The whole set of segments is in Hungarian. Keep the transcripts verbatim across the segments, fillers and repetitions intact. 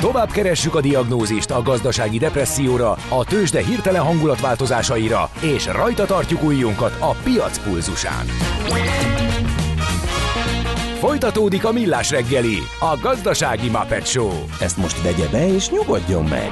Tovább keressük a diagnózist a gazdasági depresszióra, a tőzsde hirtelen hangulatváltozásaira, és rajta tartjuk ujjunkat a piac pulzusán. Folytatódik a Millás reggeli, a gazdasági Muppet Show. Ezt most vegye be és nyugodjon meg!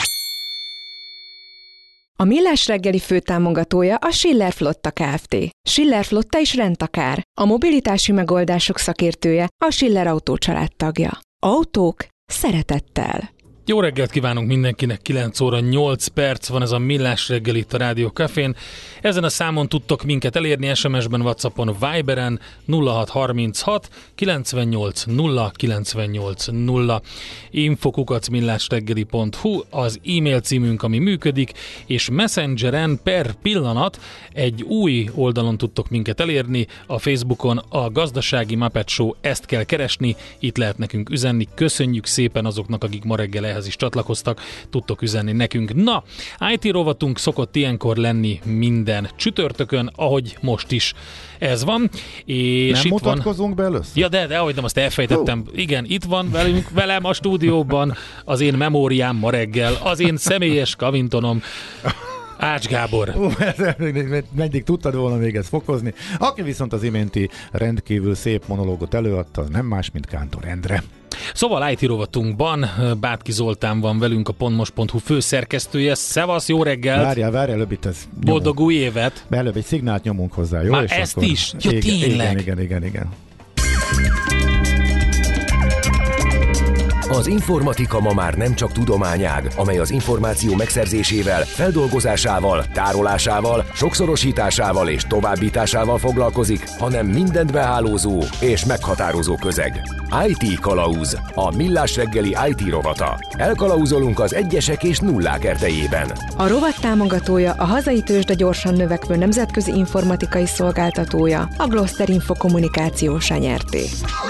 A Millás reggeli főtámogatója a Schiller Flotta Kft. Schiller Flotta is rendtakár. A mobilitási megoldások szakértője, a Schiller Autó család tagja. Autók szeretettel. Jó reggelt kívánunk mindenkinek, kilenc óra nyolc perc van ez a Millás reggel itt a Rádió Cafén. Ezen a számon tudtok minket elérni es em es-ben, WhatsAppon, Viberen nulla hat harminchat kilencvennyolc nulla kilencvennyolc nulla. info kukac millásreggeli pont hu az e-mail címünk, ami működik, és Messengeren per pillanat egy új oldalon tudtok minket elérni, a Facebookon a Gazdasági Muppet Show, ezt kell keresni, itt lehet nekünk üzenni. Köszönjük szépen azoknak, akik ma reggel ehhez is csatlakoztak, tudtok üzenni nekünk. Na, i té rovatunk szokott ilyenkor lenni minden csütörtökön, ahogy most is ez van. És nem itt mutatkozunk van... be először? Ja, de, de ahogy nem, azt elfejtettem. Oh. Igen, itt van velünk, velem a stúdióban az én memóriám ma reggel, az én személyes kavintonom, Ács Gábor. Uh, meddig tudtad volna még ezt fokozni. Aki viszont az iménti rendkívül szép monológot előadta, nem más, mint Kántor Endre. Szóval i té rovatunkban Bátki Zoltán van velünk, a pontmos pont hu főszerkesztője. Szevasz, jó reggelt! Várjál, várjál, előbb itt ez boldog új évet! Előbb egy szignált nyomunk hozzá, jó? Már és ezt akkor... is? Ja, igen, tényleg? Igen, igen, igen, igen. Az informatika ma már nem csak tudományág, amely az információ megszerzésével, feldolgozásával, tárolásával, sokszorosításával és továbbításával foglalkozik, hanem mindent behálózó és meghatározó közeg. i té Kalauz, a Millás reggeli i té rovata. Elkalauzolunk az egyesek és nullák erdejében. A rovat támogatója a hazai tőzsde gyorsan növekvő nemzetközi informatikai szolgáltatója, a Gloster Info Kommunikációs Nyerté.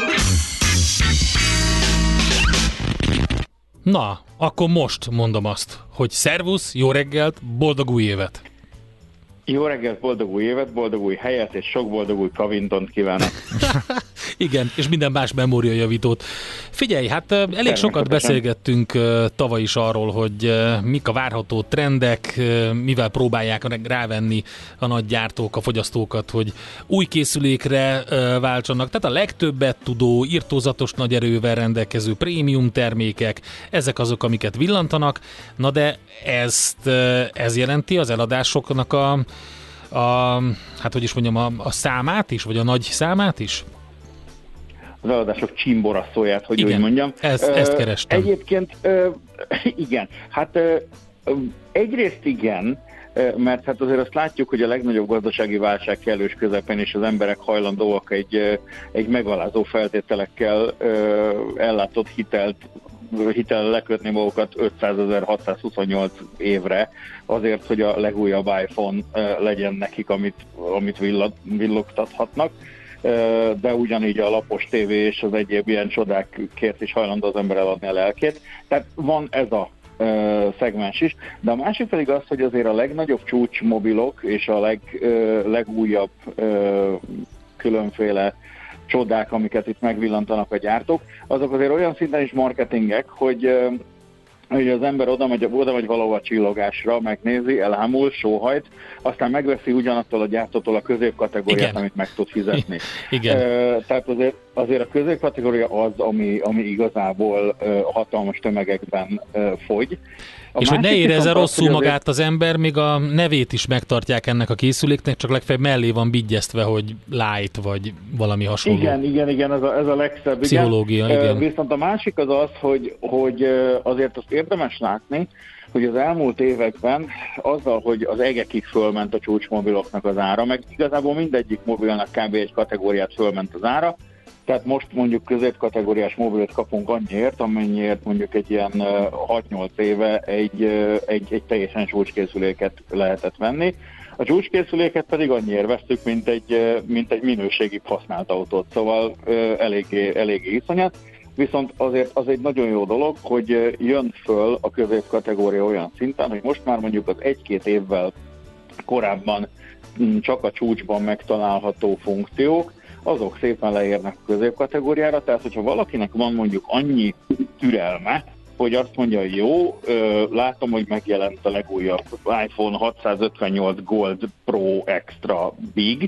Na, akkor most mondom azt, hogy szervusz, jó reggelt, boldog új évet! Jó reggelt, boldog új évet, boldog új helyet és sok boldog új kavintont kívánok! Igen, és minden más memóriajavítót. Figyelj, hát elég sokat beszélgettünk tavaly is arról, hogy mik a várható trendek, mivel próbálják rávenni a nagy gyártók, a fogyasztókat, hogy új készülékre váltsanak. Tehát a legtöbbet tudó, irtózatos nagy erővel rendelkező prémium termékek, ezek azok, amiket villantanak. Na de ezt, ez jelenti az eladásoknak a, a hát hogy is mondjam, a, a számát is, vagy a nagy számát is? Az eladások csimboraszóját, hogy igen, úgy mondjam. Ezt, ezt kerestem. Egyébként igen, hát egyrészt igen, mert hát azért azt látjuk, hogy a legnagyobb gazdasági válság kellős közepén is az emberek hajlandóak egy, egy megalázó feltételekkel ellátott hitelt hitel lekötni magukat ötszázezer-hatszázhuszonnyolc évre azért, hogy a legújabb iPhone legyen nekik, amit, amit villag, villogtathatnak. De ugyanígy a lapos tévé és az egyéb ilyen csodákért is hajlandó az ember eladni a lelkét. Tehát van ez a uh, szegmens is, de a másik pedig az, hogy azért a legnagyobb csúcsmobilok és a leg, uh, legújabb uh, különféle csodák, amiket itt megvillantanak a gyártók, azok azért olyan szinten is marketingek, hogy uh, hogy az ember oda megy, oda megy valahol a csillogásra, megnézi, elámul, sóhajt, aztán megveszi ugyanattól a gyártótól a középkategóriát, igen, amit meg tud fizetni. Igen. Uh, tehát azért, azért a középkategória az, ami, ami igazából uh, hatalmas tömegekben uh, fogy. A és hogy ne érezze rosszul az, magát az ember, még a nevét is megtartják ennek a készüléknek, csak legfeljebb mellé van bigyeztve, hogy light, vagy valami hasonló. Igen, igen, igen, ez a, ez a legszebb. Pszichológia, igen. igen. Viszont a másik az az, hogy, hogy azért azt érdemes látni, hogy az elmúlt években azzal, hogy az egekig fölment a csúcsmobiloknak az ára, meg igazából mindegyik mobilnak kb. Egy kategóriát fölment az ára, tehát most mondjuk középkategóriás mobilt kapunk annyiért, amennyiért mondjuk egy ilyen hat-nyolc éve egy, egy, egy teljesen csúcskészüléket lehetett venni. A csúcskészüléket pedig annyiért vesztük, mint egy, mint egy minőségi használt autót, szóval eléggé, eléggé iszonyat. Viszont azért az egy nagyon jó dolog, hogy jön föl a középkategória olyan szinten, hogy most már mondjuk az egy-két évvel korábban csak a csúcsban megtalálható funkciók, azok szépen leérnek a középkategóriára, tehát hogyha valakinek van mondjuk annyi türelme, hogy azt mondja, hogy jó, látom, hogy megjelent a legújabb iPhone hatszázötvennyolc Gold Pro Extra Big.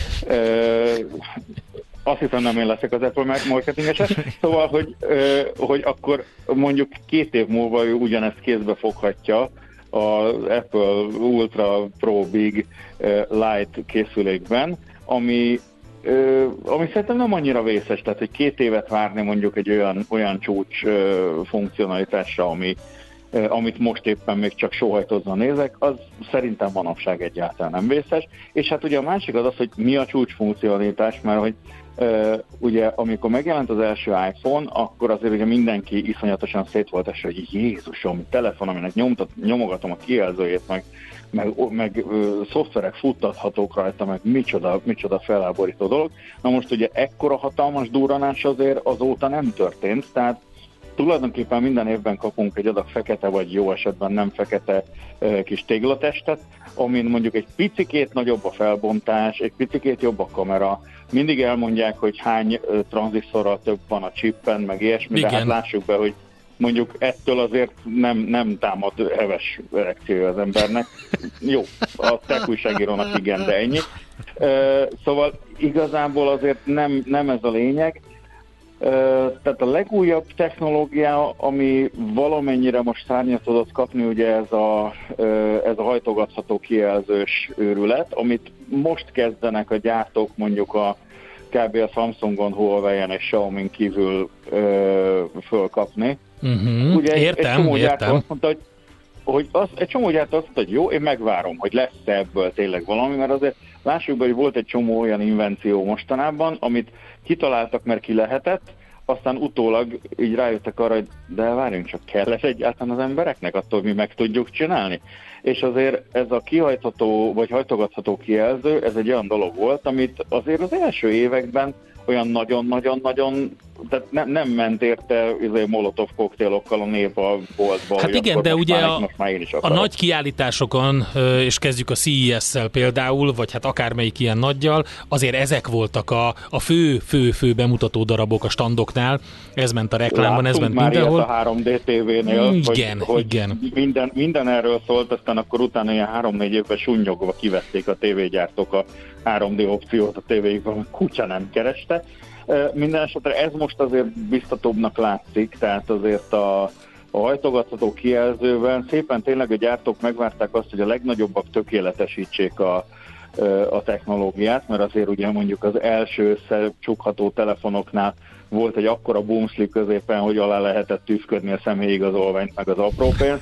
Azt hiszem, nem én leszek az Apple marketingese. Szóval, hogy, hogy akkor mondjuk két év múlva ő ugyanezt kézbe foghatja az Apple Ultra Pro Big Lite készülékben, ami Ö, ami szerintem nem annyira vészes, tehát hogy két évet várni mondjuk egy olyan, olyan csúcs ö, funkcionalitásra, ami, ö, amit most éppen még csak sóhajtozva nézek, az szerintem manapság egyáltalán nem vészes. És hát ugye a másik az az, hogy mi a csúcs funkcionalitás, mert hogy ö, ugye amikor megjelent az első iPhone, akkor azért ugye mindenki iszonyatosan szét volt esve, hogy Jézusom, telefon, aminek nyomtat, nyomogatom a kijelzőjét, meg meg, meg ö, szoftverek futtathatók rajta, meg micsoda, micsoda feláborító dolog. Na most ugye ekkora hatalmas durranás azért azóta nem történt, tehát tulajdonképpen minden évben kapunk egy adag fekete, vagy jó esetben nem fekete ö, kis téglatestet, amin mondjuk egy picikét nagyobb a felbontás, egy picikét jobb a kamera, mindig elmondják, hogy hány ö, tranzisztorral több van a chippen, meg ilyesmi, de hát lássuk be, hogy mondjuk ettől azért nem, nem támad heves erekciója az embernek. Jó, a tech újságírónak igen, de ennyi. Szóval igazából azért nem, nem ez a lényeg. Tehát a legújabb technológia, ami valamennyire most szárnyat tudott kapni, ugye ez a, ez a hajtogatható kijelzős őrület, amit most kezdenek a gyártók mondjuk a kb. A Samsungon, Huawei-en és Xiaomi kívül ö, fölkapni. Uh-huh. Ugye egy, értem, egy csomó értem. gyártó azt mondta, hogy, hogy az, egy csomó gyártó azt mondta, hogy jó, én megvárom, hogy lesz ebből tényleg valami, mert azért lássuk be, hogy volt egy csomó olyan invenció mostanában, amit kitaláltak, mert ki lehetett, aztán utólag így rájöttek arra, hogy de várjunk csak, kell ez egyáltalán az embereknek, attól mi meg tudjuk csinálni. És azért ez a kihajtható, vagy hajtogatható kijelző, ez egy olyan dolog volt, amit azért az első években olyan nagyon-nagyon-nagyon, tehát ne, nem ment érte izé, molotov koktélokkal a nép a boltba. Hát igen, de ugye már, a, a nagy kiállításokon, és kezdjük a cé é es-szel például, vagy hát akármelyik ilyen nagyjal, azért ezek voltak a, a fő, fő, fő bemutató darabok a standoknál, ez ment a reklámban, ez ment már mindenhol. a három dé tévénél, igen, hogy, hogy igen. Minden, minden erről szólt, aztán akkor utána ilyen három-négy évben sunnyogva kivették a tévégyártók a három dé opciót a tévéjükben, kutya nem kereste. Minden esetre ez most azért biztatóbbnak látszik, tehát azért a, a hajtogatható kijelzőben szépen tényleg a gyártók megvárták azt, hogy a legnagyobbak tökéletesítsék a, a technológiát, mert azért ugye mondjuk az első összecsukható telefonoknál volt egy akkora boomslip középen, hogy alá lehetett tűzködni a személyigazolványt meg az apró pénzt.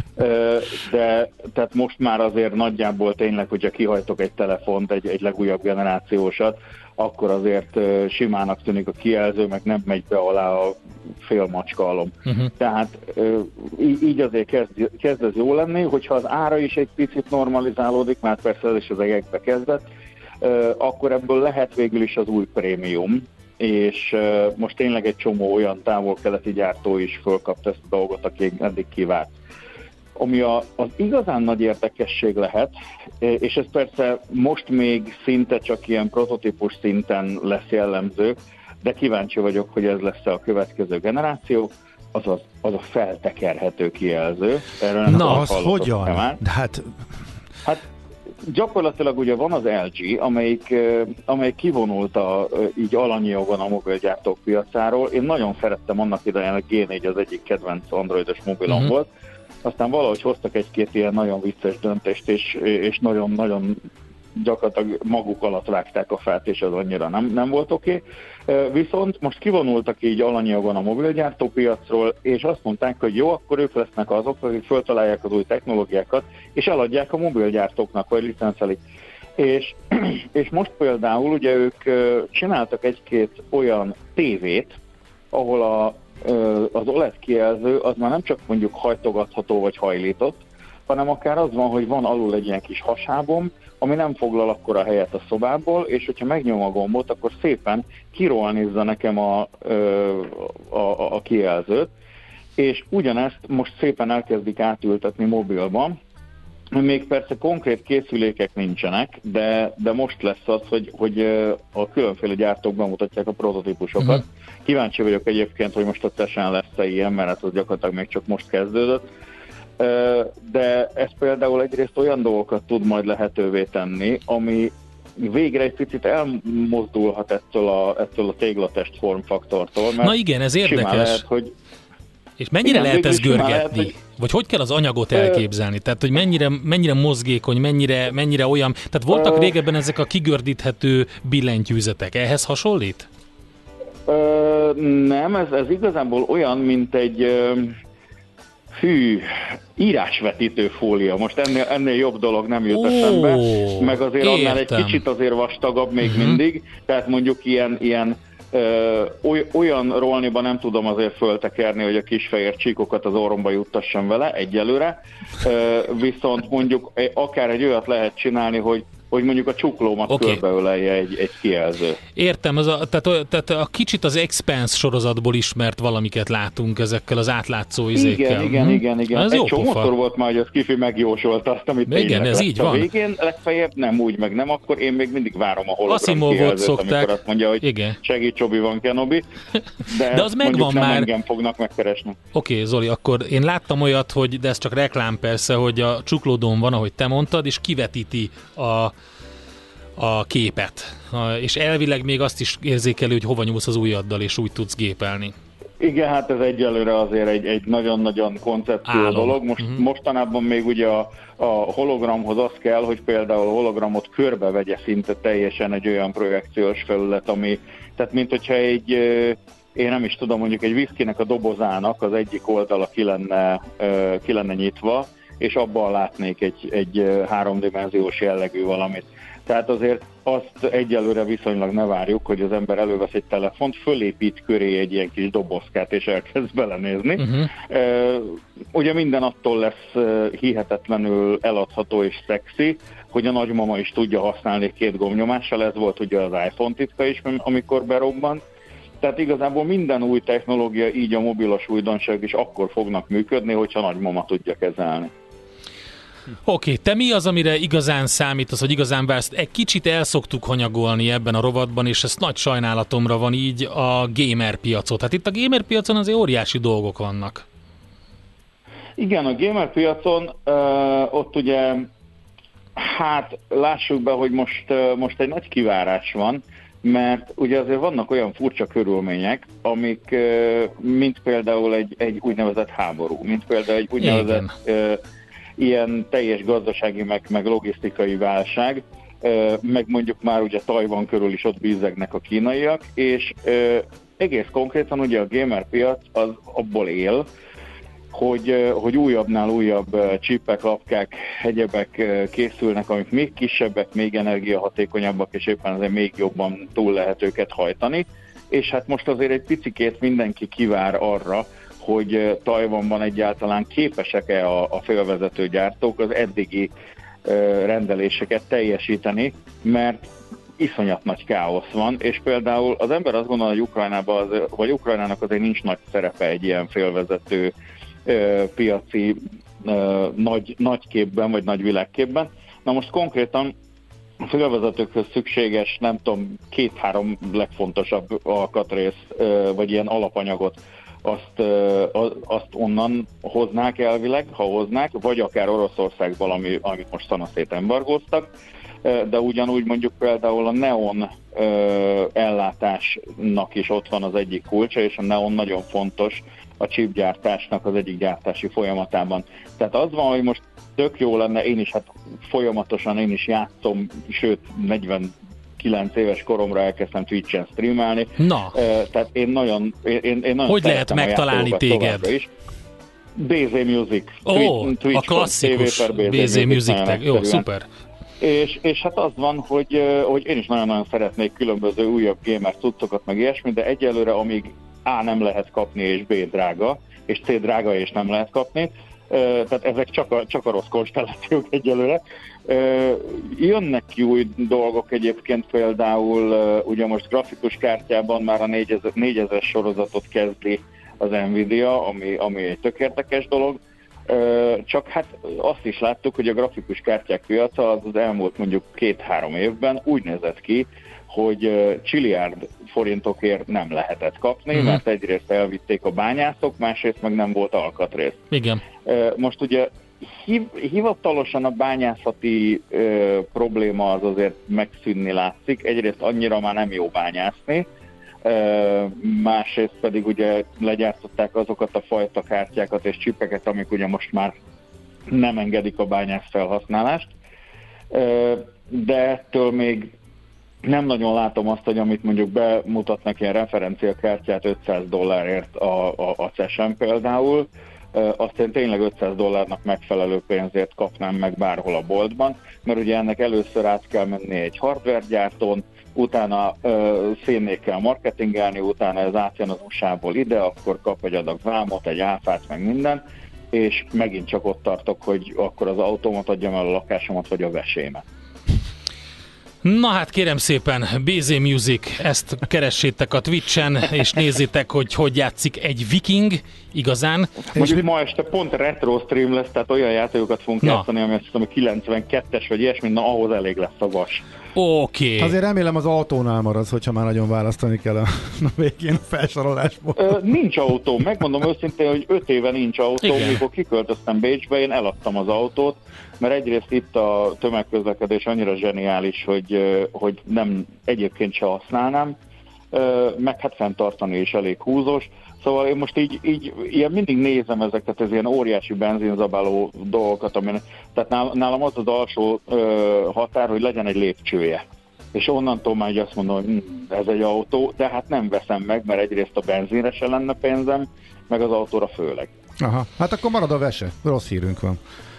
De tehát most már azért nagyjából tényleg, hogyha kihajtok egy telefont, egy, egy legújabb generációsat, akkor azért simának tűnik a kijelző, meg nem megy be alá a fél macskaalom. Uh-huh. Tehát így azért kezd, kezd ez jó lenni, hogyha az ára is egy picit normalizálódik, mert persze ez is az egekbe kezdett, akkor ebből lehet végül is az új prémium, és most tényleg egy csomó olyan távol-keleti gyártó is fölkapta ezt a dolgot, aki eddig kivárt. Ami a, az igazán nagy érdekesség lehet, és ez persze most még szinte csak ilyen prototípus szinten lesz jellemző, de kíváncsi vagyok, hogy ez lesz a következő generáció, az, az, az a feltekerhető kijelző. Erről nem Na, az hogyan? De hát... hát gyakorlatilag ugye van az el gé, amelyik, amelyik kivonult a, így alanyi jogon a mobilgyártók piacáról. Én nagyon szerettem annak idején, a gé négy az egyik kedvenc androidos mobilom uh-huh. volt. Aztán valahogy hoztak egy-két ilyen nagyon vicces döntést, és, és nagyon-nagyon gyakorlatilag maguk alatt vágták a fát, és az annyira nem, nem volt oké. Okay. Viszont most kivonultak így alanyagon a mobilgyártópiacról, és azt mondták, hogy jó, akkor ők lesznek azok, akik föltalálják az új technológiákat, és eladják a mobilgyártóknak, vagy licenszelik. És, és most például ugye ők csináltak egy-két olyan tévét, ahol a az o led kijelző az már nem csak mondjuk hajtogatható vagy hajlított, hanem akár az van, hogy van alul egy ilyen kis hasábom, ami nem foglal akkora helyet a szobából, és hogyha megnyom a gombot, akkor szépen kirohanizza nekem a, a, a, a kijelzőt, és ugyanezt most szépen elkezdik átültetni mobilban, Még persze konkrét készülékek nincsenek, de, de most lesz az, hogy, hogy a különféle gyártók bemutatják a prototípusokat. Uh-huh. Kíváncsi vagyok egyébként, hogy most a CES-en lesz-e ilyen, mert hát az gyakorlatilag még csak most kezdődött. De ez például egyrészt olyan dolgokat tud majd lehetővé tenni, ami végre egy picit elmozdulhat ettől a, ettől a téglatest formfaktortól. Mert na igen, ez érdekes. Lehet, hogy és mennyire igen, lehet ezt görgetni? Lehet, hogy... Vagy hogy kell az anyagot elképzelni? Tehát, hogy mennyire, mennyire mozgékony, mennyire, mennyire olyan... Tehát voltak régebben ezek a kigördíthető billentyűzetek. Ehhez hasonlít? Ö, nem, ez, ez igazából olyan, mint egy... Hű, írásvetítő fólia. Most ennél, ennél jobb dolog nem jut eszembe, meg azért értem. Annál egy kicsit azért vastagabb még uh-huh. mindig, tehát mondjuk ilyen, ilyen ö, oly, olyan rolniba nem tudom azért föltekerni, hogy a kisfehér csíkokat az orromba juttassam vele egyelőre, ö, viszont mondjuk akár egy olyat lehet csinálni, hogy hogy mondjuk a csuklómat okay. körbeölelje egy, egy kijelző. Értem, az a, tehát, tehát a kicsit az Expanse sorozatból ismert valamiket látunk ezekkel az átlátszó izékkel. Igen, igen, hm? igen, igen. Ez egy csomószor volt már, hogy a Skifi megjósolta azt, amit igen, ez így a van. végén, legfeljebb nem úgy, meg nem, akkor én még mindig várom a hologram Asimovot kijelzőt, szokták. amikor azt mondja, hogy igen. segíts, Obi-Wan Kenobi, de, de az megvan nem már. engem fognak megkeresni. Oké, okay, Zoli, akkor én láttam olyat, hogy, de ez csak reklám persze, hogy a csuklódón van, ahogy te mondtad, és kivetíti a a képet, és elvileg még azt is érzékelő, hogy hova nyúlsz az ujjaddal, és úgy tudsz gépelni. Igen, hát ez egyelőre azért egy, egy nagyon-nagyon koncepció dolog. Most, uh-huh. Mostanában még ugye a, a hologramhoz az kell, hogy például a hologramot körbevegye szinte teljesen egy olyan projekciós felület, ami, tehát mint hogyha egy, én nem is tudom, mondjuk egy viszkinek a dobozának az egyik oldala ki lenne, ki lenne nyitva, és abban látnék egy, egy háromdimenziós jellegű valamit. Tehát azért azt egyelőre viszonylag ne várjuk, hogy az ember elővesz egy telefont, fölépít köré egy ilyen kis dobozkát, és elkezd belenézni. Uh-huh. Uh, ugye minden attól lesz uh, hihetetlenül eladható és szexi, hogy a nagymama is tudja használni két gombnyomással, ez volt ugye az iPhone titka is, amikor berobbant. Tehát igazából minden új technológia, így a mobilos újdonság is akkor fognak működni, hogyha nagymama tudja kezelni. Oké, okay, te mi az, amire igazán számítasz, vagy igazán vársz? Egy kicsit el szoktuk hanyagolni ebben a rovatban, és ez nagy sajnálatomra van így a gamer piacot. Hát itt a gamer piacon azért óriási dolgok vannak. Igen, a gamer piacon uh, ott ugye, hát lássuk be, hogy most, uh, most egy nagy kivárás van, mert ugye azért vannak olyan furcsa körülmények, amik, uh, mint például egy, egy úgynevezett háború, mint például egy úgynevezett... Uh, ilyen teljes gazdasági, meg, meg logisztikai válság, meg mondjuk már ugye Tajvan körül is ott bízegnek a kínaiak, és egész konkrétan ugye a gamer piac az abból él, hogy, hogy újabbnál újabb csipek, lapkák, egyebek készülnek, amik még kisebbek, még energiahatékonyabbak, és éppen azért még jobban túl lehet őket hajtani, és hát most azért egy picikét mindenki kivár arra, hogy Tajvanban egyáltalán képesek-e a, a félvezető gyártók az eddigi uh, rendeléseket teljesíteni, mert iszonyat nagy káosz van, és például az ember azt gondolja, hogy Ukrajnában az, vagy Ukrajnának azért nincs nagy szerepe egy ilyen félvezető uh, piaci uh, nagy, nagy képben, vagy nagy világképben. Na most konkrétan a félvezetőkhöz szükséges, nem tudom, két-három legfontosabb alkatrész, uh, vagy ilyen alapanyagot Azt, azt onnan hoznák elvileg, ha hoznák, vagy akár Oroszországból, ami, amit most szanaszét embargóztak, de ugyanúgy mondjuk például a neon ellátásnak is ott van az egyik kulcsa, és a neon nagyon fontos a chipgyártásnak az egyik gyártási folyamatában. Tehát az van, hogy most tök jó lenne, én is hát folyamatosan én is játszom, sőt negyvenkilenc éves koromra elkezdtem Twitch-en streamelni. Na. Tehát én nagyon, én, én nagyon hogy lehet megtalálni téged? bé zé Music. Ó, oh, a klasszikus bé zé Music tag. Jó, szuper. És, és hát az van, hogy, hogy én is nagyon-nagyon szeretnék különböző újabb gamer cuccokat, meg ilyesmi, de egyelőre amíg A nem lehet kapni, és B drága, és C drága, és nem lehet kapni, tehát ezek csak a, csak a rossz konstellációk egyelőre. Jönnek ki új dolgok egyébként, például ugye most grafikus kártyában már a négyezres sorozatot kezdi az Nvidia, ami, ami egy tök érdekes dolog. Csak hát azt is láttuk, hogy a grafikus kártyák piaca az, az elmúlt mondjuk két-három évben úgy nézett ki, hogy csilliárd forintokért nem lehetett kapni, uh-huh. mert egyrészt elvitték a bányászok, másrészt meg nem volt alkatrész. Igen. Most ugye hivatalosan a bányászati ö, probléma az azért megszűnni látszik. Egyrészt annyira már nem jó bányászni, ö, másrészt pedig ugye legyártották azokat a fajta kártyákat és csipeket, amik ugye most már nem engedik a bányász felhasználást. Ö, de ettől még nem nagyon látom azt, hogy amit mondjuk bemutatnak ilyen referenciakártyát ötszáz dollárért a, a, a cé es em például, azt én tényleg ötszáz dollárnak megfelelő pénzért kapnám meg bárhol a boltban, mert ugye ennek először át kell menni egy hardware gyártón, utána ö, szénné kell marketingelni, utána ez átjön az u es á-ból ide, akkor kap egy adag vámot, egy áfát, meg minden, és megint csak ott tartok, hogy akkor az autómat adjam el a lakásomat, vagy a vesémet. Na hát kérem szépen, bé zé Music, ezt keressétek a Twitchen, és nézzétek, hogy hogy játszik egy viking, igazán. Mondjuk ma este pont retro stream lesz, tehát olyan játékokat fogunk Na. játszani, ami azt hiszem, hogy kilencvenkettes vagy ilyesmi, na ahhoz elég lesz a vas. Oké. Okay. Azért remélem az autónál maradsz, hogyha már nagyon választani kell a, a végén a felsorolásból. Ö, nincs autó, megmondom őszintén, hogy öt éve nincs autó, Igen. mikor kiköltöztem Bécsbe, én eladtam az autót, mert egyrészt itt a tömegközlekedés annyira zseniális, hogy, hogy nem egyébként se használnám, meg hát fenntartani is elég húzós. Szóval én most így, így ilyen mindig nézem ezeket, ez ilyen óriási benzinzabáló dolgokat, amin, tehát nálam az az alsó ö, határ, hogy legyen egy lépcsője. És onnantól már azt mondom, hogy hm, ez egy autó, de hát nem veszem meg, mert egyrészt a benzinre se lenne pénzem, meg az autóra főleg. Aha, hát akkor marad a vese, rossz hírünk van.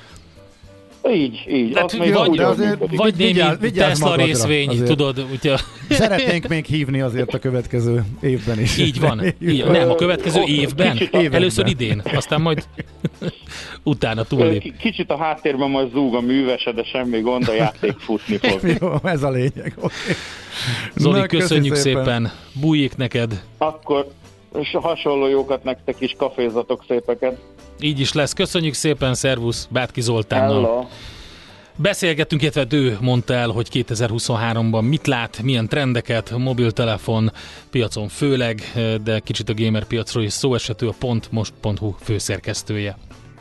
Így, így. De azt még vagy, azért vagy némi vigyázz, vigyázz Tesla magadra, részvény, azért. Tudod. Ugye... Szeretnénk még hívni azért a következő évben is. Így van. Így, nem, a következő oh, évben. Évben. Először idén, aztán majd utána túllép. Kicsit a háttérben majd zúg a művese, de semmi gond, a játék futni fog. Jó, ez a lényeg. Okay. Zoli, Na, köszönjük szépen. szépen. Bújjék neked. Akkor és hasonló jókat nektek is, kafézatok szépeket. Így is lesz. Köszönjük szépen, szervusz, Bátki Zoltánnal. Hello. Beszélgettünk, illetve ő mondta el, hogy kétezer-huszonháromban mit lát, milyen trendeket, mobiltelefon piacon főleg, de kicsit a gamer piacról is szó esett, ő a pont most pont hu főszerkesztője.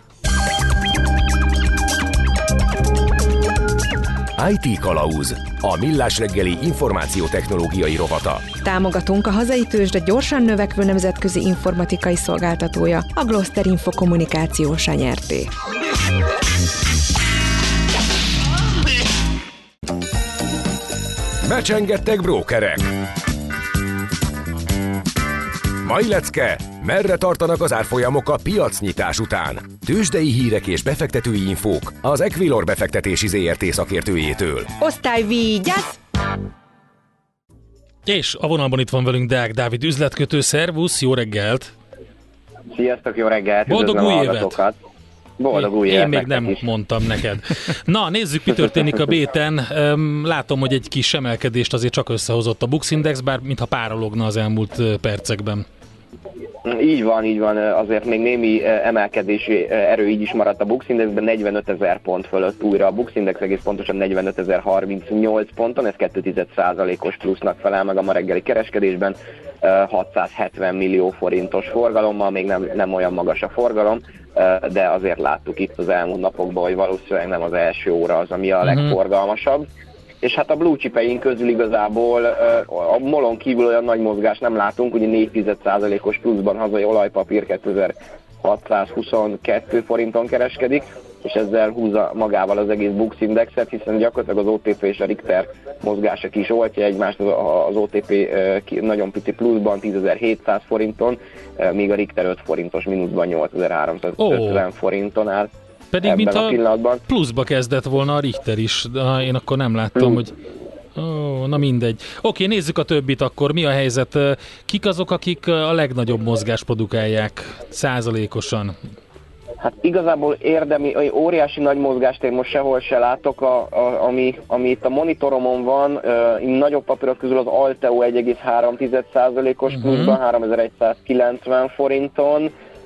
í té Kalauz, a Millás reggeli információtechnológiai rovata. Támogatunk a hazai tőzsde gyorsan növekvő nemzetközi informatikai szolgáltatója, a Gloster Info kommunikációs nyerté. Becsengettek brókerek. Mai lecke, merre tartanak az árfolyamok a piacnyitás után? Tőzsdei hírek és befektetői infók az Equilor befektetési zé er té szakértőjétől. Osztály vigyázz! És a vonalban itt van velünk Deák Dávid üzletkötő, szervusz, jó reggelt! Sziasztok, jó reggelt! Boldog új évet! Boldog új évet! Én még nem is mondtam neked. Na, nézzük, mi történik a béten. Látom, hogy egy kis emelkedést azért csak összehozott a Bux Index, bár mintha párologna az elmúlt percekben. Így van, így van, azért még némi emelkedési erő így is maradt a Bux Indexben, negyvenötezer pont fölött újra. A Bux Index egész pontosan negyvenetezer harmincnyolc ponton, ez két egész egy százalékos plusznak felel meg a ma reggeli kereskedésben, hatszázhetven millió forintos forgalommal, még nem, nem olyan magas a forgalom, de azért láttuk itt az elmúlt napokban, hogy valószínűleg nem az első óra az, ami a legforgalmasabb. És hát a blue chipeink közül igazából a molon kívül olyan nagy mozgást nem látunk, ugye négy egész egy százalékos pluszban hazai olajpapír kétezer-hatszázhuszonkettő forinton kereskedik, és ezzel húzza magával az egész Bux Indexet, hiszen gyakorlatilag az o té pé és a Richter mozgása ki is oltja egymást, az o té pé nagyon pici pluszban tízezer-hétszáz forinton, míg a Richter öt forintos mínuszban nyolcezer-háromszázötven oh. forinton áll. Pedig mintha pluszba kezdett volna a Richter is, de én akkor nem láttam, hmm. hogy... Ó, na mindegy. Oké, nézzük a többit akkor. Mi a helyzet? Kik azok, akik a legnagyobb mozgást produkálják százalékosan? Hát igazából érdemi, óriási nagy mozgást én most sehol se látok, a, a, ami, ami itt a monitoromon van, uh, nagyobb papírok közül az Alteo egy egész három százalékos uh-huh. pluszban háromezer-egyszázkilencven forinton,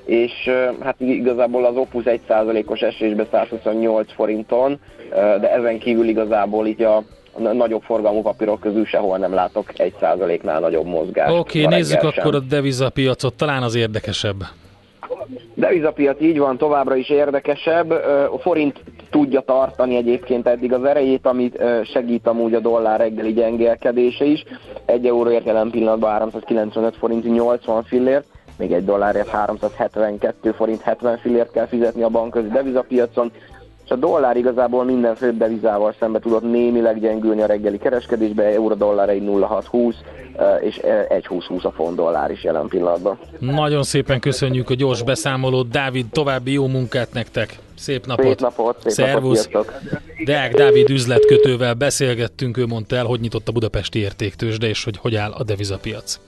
és hát igazából az Opus egy százalékos esésbe százhuszonnyolc forinton, de ezen kívül igazából így a nagyobb forgalmú papírok közül sehol nem látok egy százaléknál nagyobb mozgást. Oké, okay, nézzük sem. Akkor a devizapiacot, talán az érdekesebb. Devizapiac így van, továbbra is érdekesebb. A forint tudja tartani egyébként eddig az erejét, amit segít amúgy a dollár reggeli gyengélkedése is. Egy euróért jelen pillanatban háromszázkilencvenöt forint nyolcvan fillért, még egy dollárért háromszázhetvenkettő forint hetven fillért kell fizetni a bankközi devizapiacon, és a dollár igazából minden főbb devizával szembe tudott némileg gyengülni a reggeli kereskedésbe, euró-dollár egy nulla hat húsz, és egy húsz húsz a font dollár is jelen pillanatban. Nagyon szépen köszönjük a gyors beszámolót, Dávid, további jó munkát nektek, szép napot! Szép napot, szép Szervusz. napot, Deák Dávid üzletkötővel beszélgettünk, ő mondta el, hogy nyitott a budapesti értéktőzsde, és hogy hogy áll a devizapiac.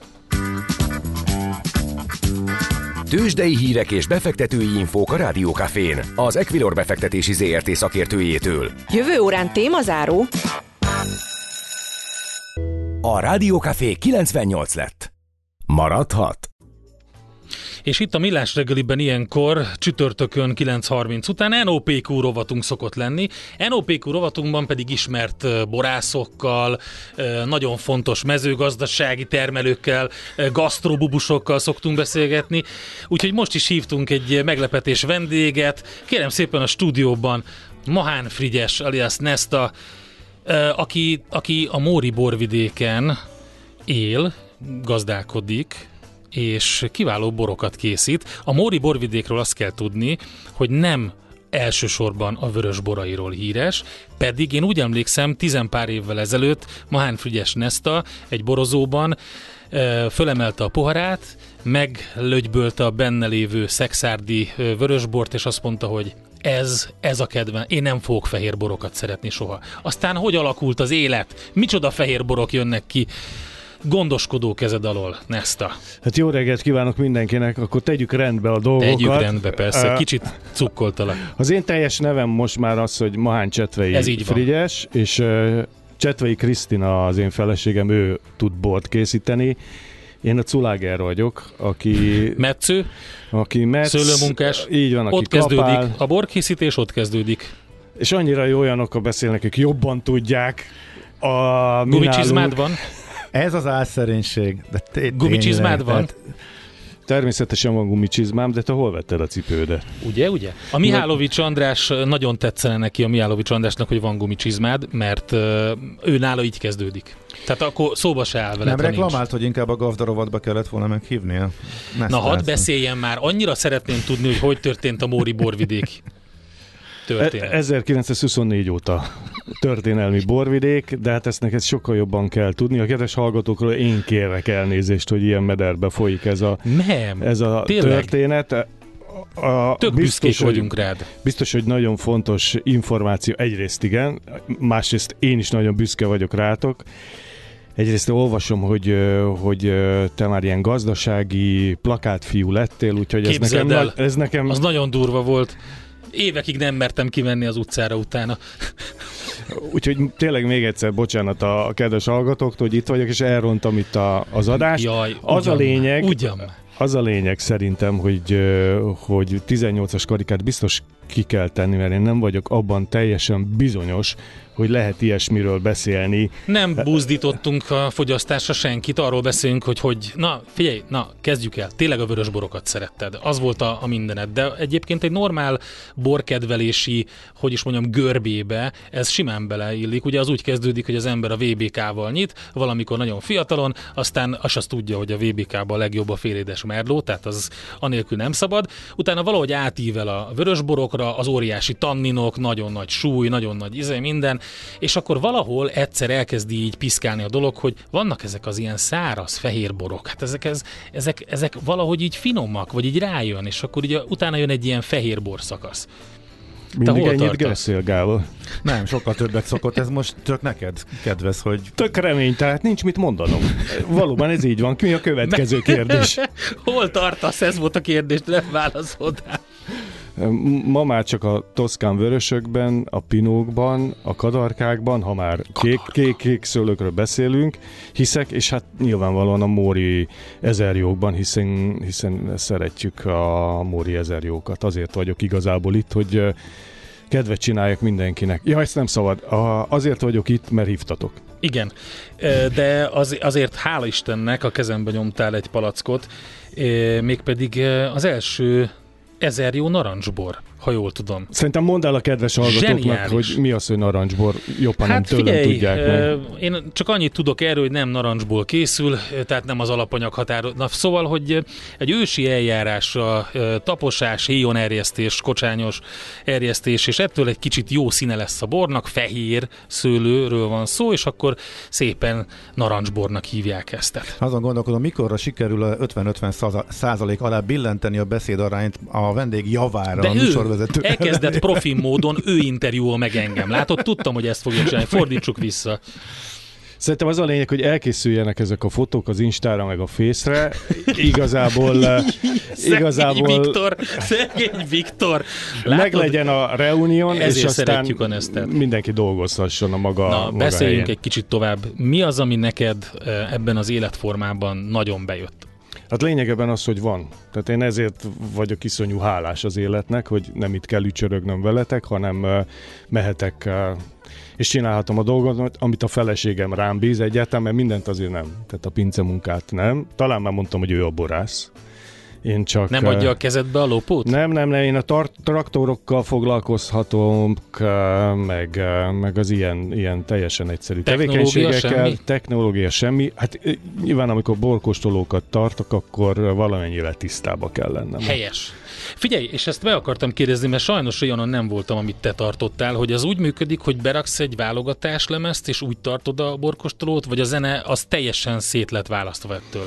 Tőzsdei hírek és befektetői infók a Rádió Cafén, az Equilor befektetési zé er té szakértőjétől. Jövő órán témazáró. A Rádió Café kilencvennyolc lett. Maradhat. És itt a Millás reggeliben ilyenkor csütörtökön kilenc harminc után en o pé kú rovatunk szokott lenni. en o pé kú rovatunkban pedig ismert borászokkal, nagyon fontos mezőgazdasági termelőkkel, gasztrobubusokkal szoktunk beszélgetni. Úgyhogy most is hívtunk egy meglepetés vendéget. Kérem szépen a stúdióban Mahán Frigyes alias Nesta, aki, aki a Móri borvidéken él, gazdálkodik, és kiváló borokat készít. A Móri borvidékről azt kell tudni, hogy nem elsősorban a vörös borairól híres, pedig én úgy emlékszem, tizenpár évvel ezelőtt Mahán Frigyes Nesta egy borozóban fölemelte a poharát, meglögybölte a benne lévő szexárdi vörösbort, és azt mondta, hogy ez, ez a kedven, én nem fogok fehér borokat szeretni soha. Aztán hogy alakult az élet? Micsoda fehér borok jönnek ki gondoskodó kezed alól, Nesta? Hát jó reggelt kívánok mindenkinek, akkor tegyük rendbe a dolgokat. Tegyük rendbe, persze, kicsit cukkoltalak. Az én teljes nevem most már az, hogy Mahán Csetvei Frigyes, és uh, Csetvei Krisztina az én feleségem, ő tud bort készíteni. Én a Culáger vagyok, aki... Metsző, aki metsz, szőlőmunkás, így van, aki ott kapál, kezdődik, a borkészítés ott kezdődik. És annyira jó olyanokkal beszélnek, akik jobban tudják. A Gumicsizmád van? Ez az álszerénység. De té- Gumicsizmád van? Tehát... Természetesen van gumicsizmám, de te hol vetted a cipődet? Ugye, ugye? A Mihálovics András, nagyon tetszene neki a Mihálovics Andrásnak, hogy van gumicsizmád, mert ő nála így kezdődik. Tehát akkor szóba se áll veled, nem reklamált, nincs. Hogy inkább a gazdarovatba kellett volna meghívnia? Na hadd beszéljen már, annyira szeretném tudni, hogy hogy történt a Móri borvidék történet. ezerkilencszázhuszonnégy óta történelmi borvidék, de hát ezt neked sokkal jobban kell tudni. A kedves hallgatókról én kérek elnézést, hogy ilyen mederbe folyik ez a, Nem, ez a történet. A, Tök büszkék vagyunk rád. Biztos, hogy nagyon fontos információ. Egyrészt igen, másrészt én is nagyon büszke vagyok rátok. Egyrészt olvasom, hogy, hogy te már ilyen gazdasági plakátfiú lettél, úgyhogy ez nekem, el, ez nekem... Az nagyon durva volt. Évekig nem mertem kimenni az utcára utána. Úgyhogy tényleg még egyszer bocsánat a kedves hallgatóktól, hogy itt vagyok, és elrontam itt a, az adást. Jaj, az ugyan, a lényeg, ugyan. az a lényeg szerintem, hogy, hogy tizennyolcas karikát biztos ki kell tenni, mert én nem vagyok abban teljesen bizonyos, hogy lehet ilyesmiről beszélni. Nem buzdítottunk a fogyasztásra senkit, arról beszélünk, hogy hogy, na figyelj, na kezdjük el, tényleg a vörös borokat szeretted, az volt a, a mindened, de egyébként egy normál borkedvelési, hogy is mondjam, görbébe ez simán beleillik, ugye az úgy kezdődik, hogy az ember a vé bé ká-val nyit, valamikor nagyon fiatalon, aztán azt azt tudja, hogy a vé bé ká-ban a legjobb a félédes merló, tehát az anélkül nem szabad, utána valahogy átível a vörösborokra, az óriási tanninok, nagyon nagy súly, nagyon nagy izé, minden, és akkor valahol egyszer elkezdi így piszkálni a dolog, hogy vannak ezek az ilyen száraz fehér borok, hát ezek, ez, ezek, ezek valahogy így finomak, vagy így rájön, és akkor ugye utána jön egy ilyen fehér bor szakasz. Mindig ennyit gereszél, Gábor? Nem, sokkal többet szokott, ez most csak neked kedvez, hogy... Tök remény, tehát nincs mit mondanom. Valóban ez így van. Mi a következő kérdés? Hol tartasz? Ez volt a kérdés, de nem válaszoltál. Ma már csak a toszkán vörösökben, a pinókban, a kadarkákban, ha már kék, kék, kék szőlőkről beszélünk, hiszek, és hát nyilvánvalóan a móri ezerjókban, hiszen, hiszen szeretjük a móri ezerjókat. Azért vagyok igazából itt, hogy kedvet csináljak mindenkinek. Ja, ezt nem szabad. Azért vagyok itt, mert hívtatok. Igen, de az, azért hála Istennek a kezembe nyomtál egy palackot, mégpedig az első ezer jó narancsbor, ha jól tudom. Szerintem mondd el a kedves hallgatóknak, Zseniális. hogy mi az, hogy narancsbor, jobban hát nem tőlem figyelj, tudják meg. Én csak annyit tudok erről, hogy nem narancsból készül, tehát nem az alapanyag határozat. Na, szóval, hogy egy ősi eljárásra taposás, héjon erjesztés, kocsányos erjesztés, és ettől egy kicsit jó színe lesz a bornak, fehér szőlőről van szó, és akkor szépen narancsbornak hívják ezt. Azon gondolkodom, mikorra sikerül ötven-ötven százalék alá billenteni a beszédarányt a vendég javára. De a ő elkezdett profi módon, ő interjúol meg engem. Látod, tudtam, hogy ezt fogja csinálni. Fordítsuk vissza. Szerintem az a lényeg, hogy elkészüljenek ezek a fotók az Instára, meg a Face-re. Igazából... igazából szegény Viktor, szegény Viktor. Látod? Meglegyen a reunión, és aztán a mindenki dolgozhasson a maga Na, maga beszéljünk helyén. egy kicsit tovább. Mi az, ami neked ebben az életformában nagyon bejött? Hát lényegében az, hogy van. Tehát én ezért vagyok iszonyú hálás az életnek, hogy nem itt kell ücsörögnöm veletek, hanem uh, mehetek uh, és csinálhatom a dolgot, amit a feleségem rám bíz egyáltalán, mert mindent azért nem. Tehát a pincemunkát nem. Talán már mondtam, hogy ő a borász. Én csak, nem adja a kezedbe a lopót? Nem, nem, nem. Én a tar- traktorokkal foglalkozhatom, meg, meg az ilyen, ilyen teljesen egyszerű technológia tevékenységekkel. Semmi? Technológia semmi. Hát nyilván, amikor borkóstolókat tartok, akkor valamennyire tisztába kell lennem. Helyes. Figyelj, és ezt be akartam kérdezni, mert sajnos olyanon nem voltam, amit te tartottál, hogy az úgy működik, hogy beraksz egy válogatáslemezt, és úgy tartod a borkóstolót, vagy a zene az teljesen szét lett választva ettől?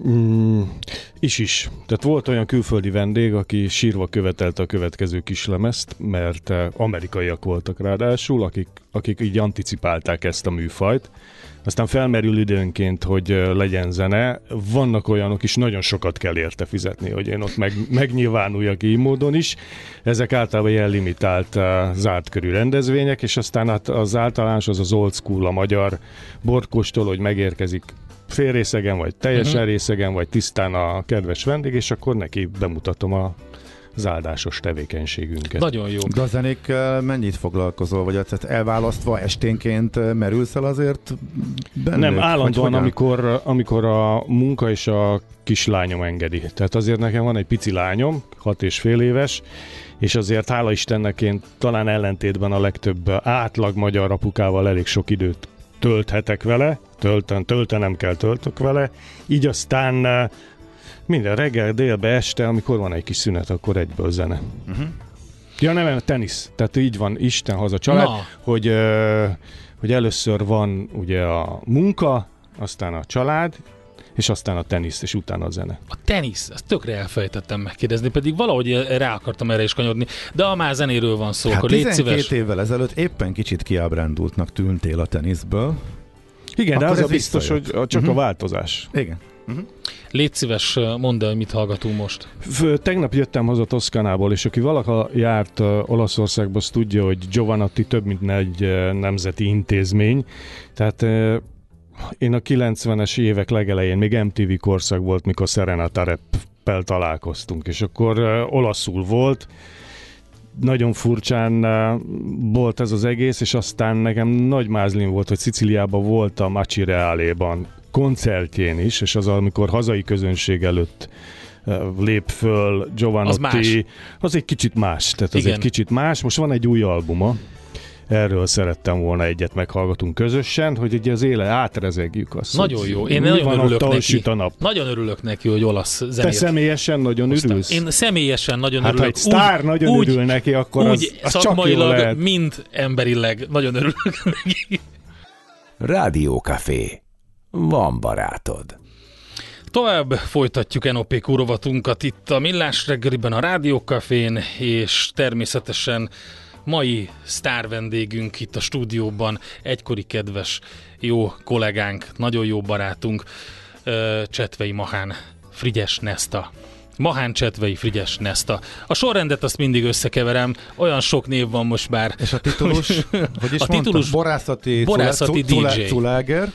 Mm, is is. Tehát volt olyan külföldi vendég, aki sírva követelte a következő kislemezt, mert amerikaiak voltak ráadásul, akik, akik így anticipálták ezt a műfajt. Aztán felmerül időnként, hogy legyen zene. Vannak olyanok is, nagyon sokat kell érte fizetni, hogy én ott meg, megnyilvánuljak így módon is. Ezek általában ilyen limitált, zárt körű rendezvények, és aztán hát az általános, az az old school, a magyar borkóstoló, hogy megérkezik fél részegen, vagy teljesen uh-huh. részegen, vagy tisztán a kedves vendég, és akkor neki bemutatom a az áldásos tevékenységünket. Nagyon jó. De a zenékkel mennyit foglalkozol? Vagy tehát elválasztva esténként merülsz el azért bennük? Nem, állandóan, hogy amikor, amikor a munka és a kislányom engedi. Tehát azért nekem van egy pici lányom, hat és fél éves, és azért hála Istennek én talán ellentétben a legtöbb átlag magyar apukával elég sok időt tölthetek vele, tölten, töltenem kell, töltök vele, így aztán minden reggel, délbe, este, amikor van egy kis szünet, akkor egyből zene. Uh-huh. Ja, nem, nem, tenisz. Tehát így van, Isten haza család, Na. hogy, uh, hogy először van ugye a munka, aztán a család, és aztán a tenisz, és utána a zene. A tenisz, ezt tökre elfejtettem megkérdezni, pedig valahogy rá akartam erre is kanyodni, de ha már zenéről van szó, hát akkor légy szíves. tizenkét évvel ezelőtt éppen kicsit kiábrándultnak tűntél a teniszből. Igen, akkor de az ez a biztos, hogy csak uh-huh. a változás. Igen. Uh-huh. Légy szíves, mondd el, mit hallgatunk most. Tegnap jöttem haza Toszkánából, és aki valaha járt uh, Olaszországba, az tudja, hogy Giovanotti több mint egy uh, nemzeti intézmény. Tehát uh, én a kilencvenes évek legelején, még em té vé korszak volt, mikor Serenata Rap-pel találkoztunk, és akkor uh, olaszul volt, nagyon furcsán uh, volt ez az egész, és aztán nekem nagy mázlim volt, hogy Szicíliában volt a Maci Reale-ban koncertjén is, és az, amikor hazai közönség előtt uh, lép föl Giovanotti, az, más. az egy kicsit más. Tehát az Igen. egy kicsit más. Most van egy új albuma, erről szerettem volna egyet meghallgatunk közösen, hogy ugye az éle átrezegjük azt. Nagyon jó. Én nagyon van örülök ott, neki. Süt a nap. Nagyon örülök neki, hogy olasz zenét. Te személyesen nagyon hoztam. örülsz? Én személyesen nagyon hát, örülök. Ha egy sztár úgy, nagyon úgy, örül neki, akkor úgy az, az csak jó szakmailag, lehet. mind emberileg nagyon örülök neki. Rádiókafé. Van barátod. Tovább folytatjuk en o pé kú rovatunkat itt a Millás reggeliben, a Rádiókafén, és természetesen mai sztár vendégünk itt a stúdióban, egykori kedves, jó kollégánk, nagyon jó barátunk, Csetvei Mahán, Frigyes Neszta. Mahán Csetvei, Frigyes Neszta. A sorrendet azt mindig összekeverem, olyan sok név van most már. És a titulus, hogy is a titulus borászati, borászati dé dzsé. Culáger,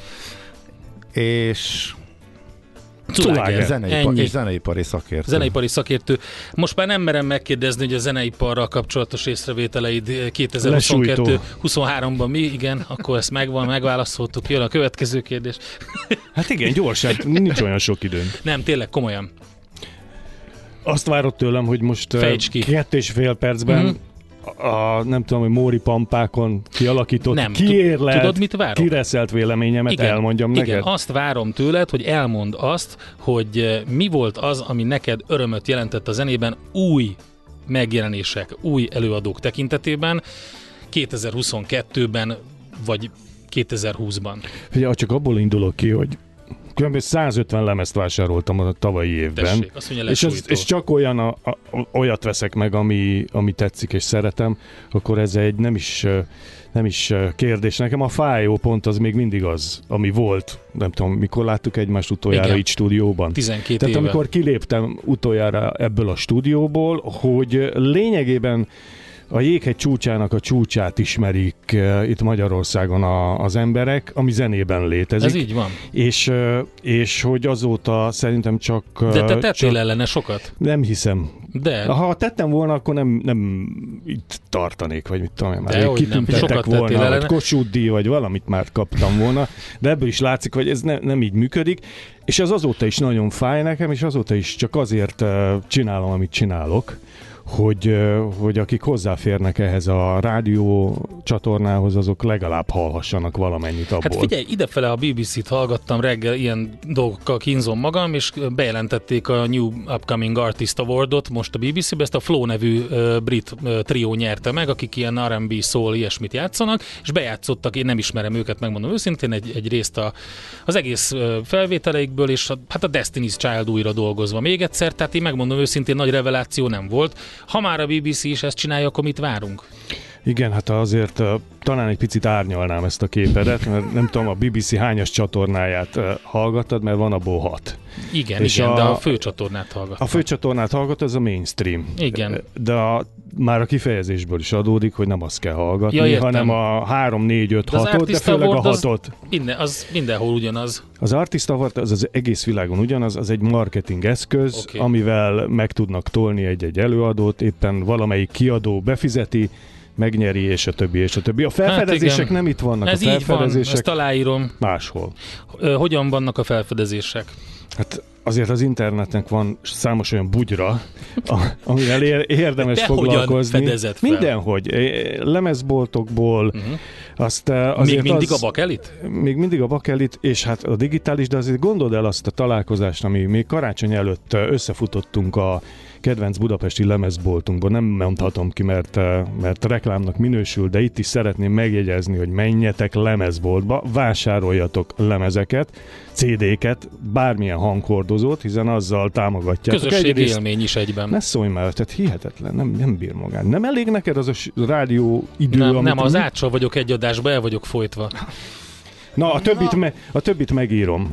és... Culáger. Zeneipar, és zeneipari szakértő. Zeneipari szakértő. Most már nem merem megkérdezni, hogy a zeneiparral kapcsolatos észrevételeid kétezer-huszonkettő huszonháromban mi? Igen, akkor ezt megvan, megválaszoltuk. Jön a következő kérdés. Hát igen, gyorsan, nincs olyan sok időn. Nem, tényleg, komolyan. Azt várod tőlem, hogy most kettő és fél percben mm-hmm. a, nem tudom, hogy Móri Pampákon kialakított, nem, kiérlelt, tudod, mit várok? kireszelt véleményemet igen, elmondjam igen, neked. Azt várom tőled, hogy elmondd azt, hogy mi volt az, ami neked örömöt jelentett a zenében új megjelenések, új előadók tekintetében kétezer-huszonkettőben vagy kétezer-húszban. Figyelj, csak abból indulok ki, hogy kb. százötven lemezt vásároltam a tavalyi évben. Tessék, azt mondja, és, ez, és csak olyan a, a, olyat veszek meg, ami, ami tetszik és szeretem, akkor ez egy nem is, nem is kérdés. Nekem a fájó pont az még mindig az, ami volt. Nem tudom, mikor láttuk egymást utoljára igen. Itt stúdióban. tizenkét Tehát éve. amikor kiléptem utoljára ebből a stúdióból, hogy lényegében a jéghegy csúcsának a csúcsát ismerik uh, itt Magyarországon a, az emberek, ami zenében létezik. Ez így van. És, uh, és hogy azóta szerintem csak... Uh, De te tettél csak, ellene sokat? Nem hiszem. De. Ha tettem volna, akkor nem, nem itt tartanék, vagy mit tudom én már. Kitüntettek volna, vagy Kossuth díj, vagy valamit már kaptam volna. De ebből is látszik, hogy ez ne, nem így működik. És az azóta is nagyon fáj nekem, és azóta is csak azért uh, csinálom, amit csinálok, hogy, hogy akik hozzáférnek ehhez a rádió csatornához, azok legalább hallhassanak valamennyit abból. Hát figyelj, idefele a bé bé cét hallgattam reggel, ilyen dolgokkal kínzom magam, és bejelentették a New Upcoming Artist Awardot most a bé bé cébe, ezt a Flow nevű uh, brit uh, trió nyerte meg, akik ilyen er and bé, soul, ilyesmit játszanak, és bejátszottak, én nem ismerem őket, megmondom őszintén, egy, egy részt a, az egész uh, felvételeikből, és a, hát a Destiny's Child újra dolgozva még egyszer, tehát én megmondom őszintén, nagy reveláció nem volt. Ha már a bé bé cé is ezt csinálja, akkor mit várunk? Igen, hát azért uh, talán egy picit árnyalnám ezt a képedet, mert nem tudom, a bé bé cé hányas csatornáját uh, hallgattad, mert van abból hat. Igen, és igen, a, de a főcsatornát hallgattam. A főcsatornát hallgatod, ez a mainstream. Igen. De a, már a kifejezésből is adódik, hogy nem azt kell hallgatni, ja, hanem a három, négy, öt, hatot, de főleg a hatot. Minden, az mindenhol ugyanaz. Az Artist Award az az egész világon ugyanaz, az egy marketing eszköz, okay. amivel meg tudnak tolni egy-egy előadót, éppen valamelyik kiadó befizeti, megnyeri, és a többi, és a többi. A felfedezések hát nem itt vannak. Ez a felfedezések így van, ezt aláírom. Máshol. Hogyan vannak a felfedezések? Hát azért az internetnek van számos olyan bugyra, amivel érdemes de foglalkozni. Hogyan fedezett fel? Mindenhogy. Lemezboltokból, uh-huh. Azt, azért még mindig az, a bakelit? Még mindig a bakelit, és hát a digitális, de azért gondold el azt a találkozást, ami még karácsony előtt összefutottunk a kedvenc budapesti lemezboltunkban. Nem mondhatom ki, mert, mert reklámnak minősül, de itt is szeretném megjegyezni, hogy menjetek lemezboltba, vásároljatok lemezeket, cé dé-ket, bármilyen hanghordozót, hiszen azzal támogatják. Közösségi élmény is egyben. Ne szólj már, tehát hihetetlen, nem, nem bír magán. Nem elég neked az a rádió idő, Nem, amit nem az mi... átsal vagyok egy adásba, el vagyok folytva. Na, a többit, me, a többit megírom.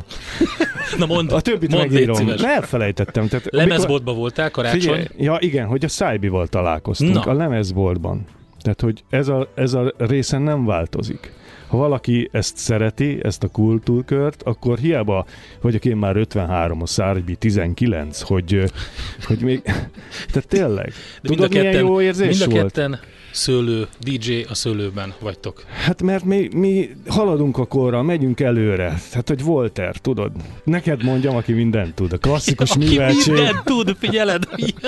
Na mondd, a többit mondd, megírom. Elfelejtettem. Tehát, lemezboltban voltál karácsony? Figyelj, ja igen, hogy a Szájbival találkoztunk. Na. A lemezboltban. Tehát, hogy ez a, ez a részen nem változik. Ha valaki ezt szereti, ezt a kultúrkört, akkor hiába vagyok én már ötvenhárom, a Szárbi tizenkilenc, hogy, hogy még... Tehát tényleg. De tudod, ketten, milyen jó érzés mind a volt? ketten szőlő, dé dzsé a szőlőben vagytok. Hát mert mi, mi haladunk a korral, megyünk előre. Tehát, hogy Voltaire, tudod? Neked mondjam, aki mindent tud. A klasszikus ja, műveltség. Aki mindent tud, figyeled?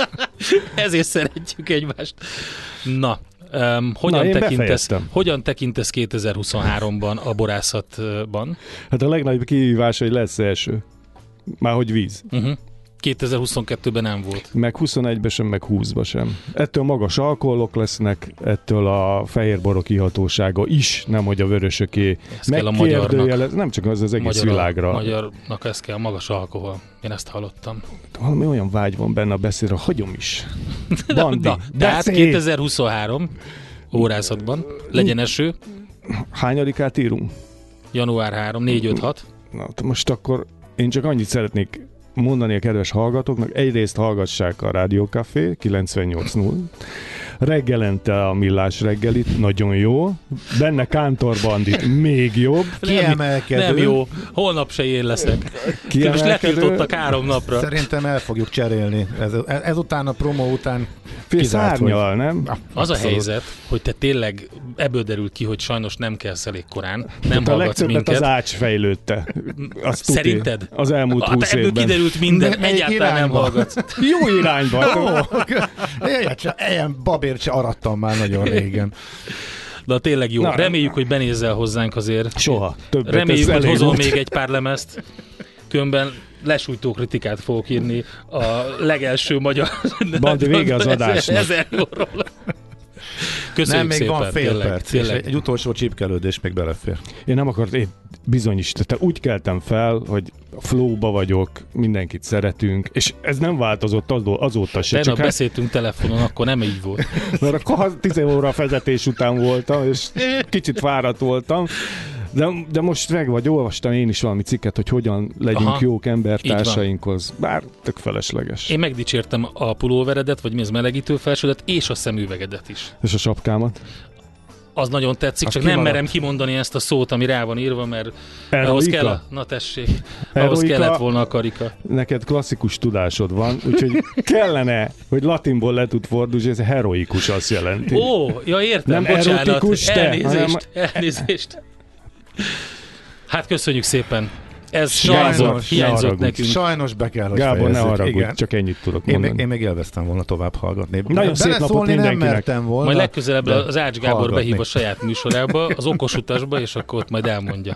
Ezért szeretjük egymást. Na, Um, hogyan, Na, tekintesz, hogyan tekintesz kétezer-huszonháromban a borászatban? Hát a legnagyobb kihívás, hogy lesz első. Már hogy víz. Uh-huh. kétezer-huszonkettőben nem volt. Meg huszonegyben sem, meg húszban sem. Ettől magas alkoholok lesznek, ettől a fehérborok ihatósága is, nem hogy a vörösöké. Ez kell a magyarnak. Nem csak az az egész Magyar, világra. Magyarnak ez kell, magas alkohol. Én ezt hallottam. Valami olyan vágy van benne a beszélre, hagyom is. Bandi, na, tehát kétezer-huszonhárom órászatban legyen eső. Hányadikát írunk? január harmadika, négy öt hat. Na, most akkor én csak annyit szeretnék mondani a kedves hallgatóknak, egyrészt hallgassák a Rádió Café kilencvennyolc nulla, reggelente a Millás reggelit, nagyon jó, benne Kántor Bandit, még jobb. Kiemelkedő. Nem jó, holnap se én leszek. Most letiltottak három napra. Szerintem el fogjuk cserélni. Ez, ezután a promó után szárnyal, nem? Az a helyzet, hogy te tényleg ebből derül ki, hogy sajnos nem kelsz elég korán, nem a hallgatsz minket. az ács fejlődte. Azt Szerinted? Tuti, az elmúlt húsz hát ebből évben. kiderült minden, De egyáltalán nem hallgatsz. Jó irányba. Ilyen babért se arattam már nagyon régen. De tényleg jó. Na, Reméljük, hogy benézzel hozzánk azért. Soha. Többet. Reméljük, hogy hozol volt. még egy pár lemezt. Különben lesújtó kritikát fogok írni a legelső magyar... Bandi, vége az adásnak. Ezer jóról. Köszönjük Nem, még szépen, van fél tényleg, perc, tényleg. és egy, egy utolsó csípkelődés még belefér. Én nem akart, én bizonyos, tehát úgy keltem fel, hogy flow-ba vagyok, mindenkit szeretünk, és ez nem változott azóta se. Tegnap csak beszéltünk telefonon, akkor nem így volt. Mert akkor tíz óra vezetés után voltam, és kicsit fáradt voltam. De, de most meg vagy, olvastam én is valami cikket, hogy hogyan legyünk Aha, jók embertársainkhoz. Bár tök felesleges. Én megdicsértem a pulóveredet, vagy mi az melegítő felsődet, és a szemüvegedet is. És a sapkámat. Az nagyon tetszik, Az csak nem kimaradt. merem kimondani ezt a szót, ami rá van írva, mert Heroika? ahhoz kell a... Na tessék, ahhoz Heroika? kellett volna a karika. Neked klasszikus tudásod van, úgyhogy kellene, hogy latinból le tud fordulni, ez heroikus azt jelenti. Ó, ja értem, Nem bocsánat, erotikus, te, elnézést, hanem- elnézést. Hát köszönjük szépen. Ez Sajnos, hiányzott, ne hiányzott haragudj. nekünk. Sajnos be kell, hogy Gábor, ne fejezzük. haragudj, Igen. csak ennyit tudok Én még, mondani. én még élveztem volna tovább hallgatni. Nagyon szép napot Beleszólni nem mindenkinek. mertem volna. Majd legközelebb de az Ács Gábor hallgatni. behív a saját műsorába, az okos utasba, és akkor ott majd elmondja.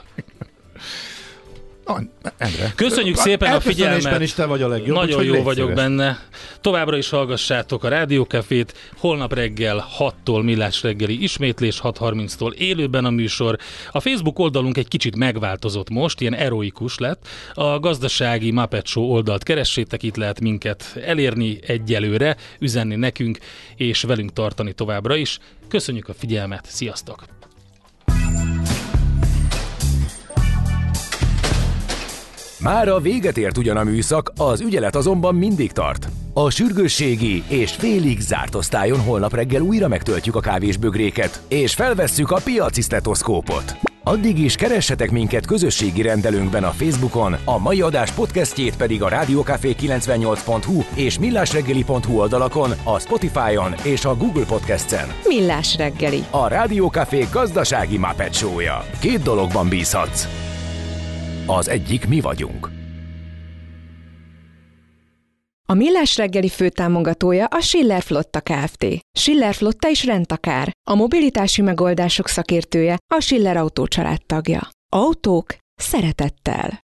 Ah, Endre. Köszönjük szépen a Elköszönésben figyelmet. is te vagy a legjobb. Nagyon úgyhogy jó légy vagyok szíves. benne. Továbbra is hallgassátok a Rádiókafét. Holnap reggel hattól Millás reggeli ismétlés, hat harminctól élőben a műsor. A Facebook oldalunk egy kicsit megváltozott most, ilyen eroikus lett. A gazdasági Muppet Show oldalt keressétek, itt lehet minket elérni egyelőre, üzenni nekünk, és velünk tartani továbbra is. Köszönjük a figyelmet, sziasztok! Mára véget ért ugyan a műszak, az ügyelet azonban mindig tart. A sürgősségi és félig zárt osztályon holnap reggel újra megtöltjük a kávésbögréket, és felvesszük a piaci sztetoszkópot. Addig is keressetek minket közösségi rendelőnkben a Facebookon, a mai adás podcastjét pedig a rádiókafé kilencvennyolc pont hu és millásreggeli pont hu oldalakon, a Spotify-on és a Google Podcast-en. Millás reggeli. A Rádiókafé gazdasági Muppet Show-ja. Két dologban bízhatsz. Az egyik mi vagyunk. A Millás reggeli főtámogatója a Schiller Flotta Kft. Schiller Flotta is rendtakár. A mobilitási megoldások szakértője, a Schiller Autó család tagja. Autók szeretettel.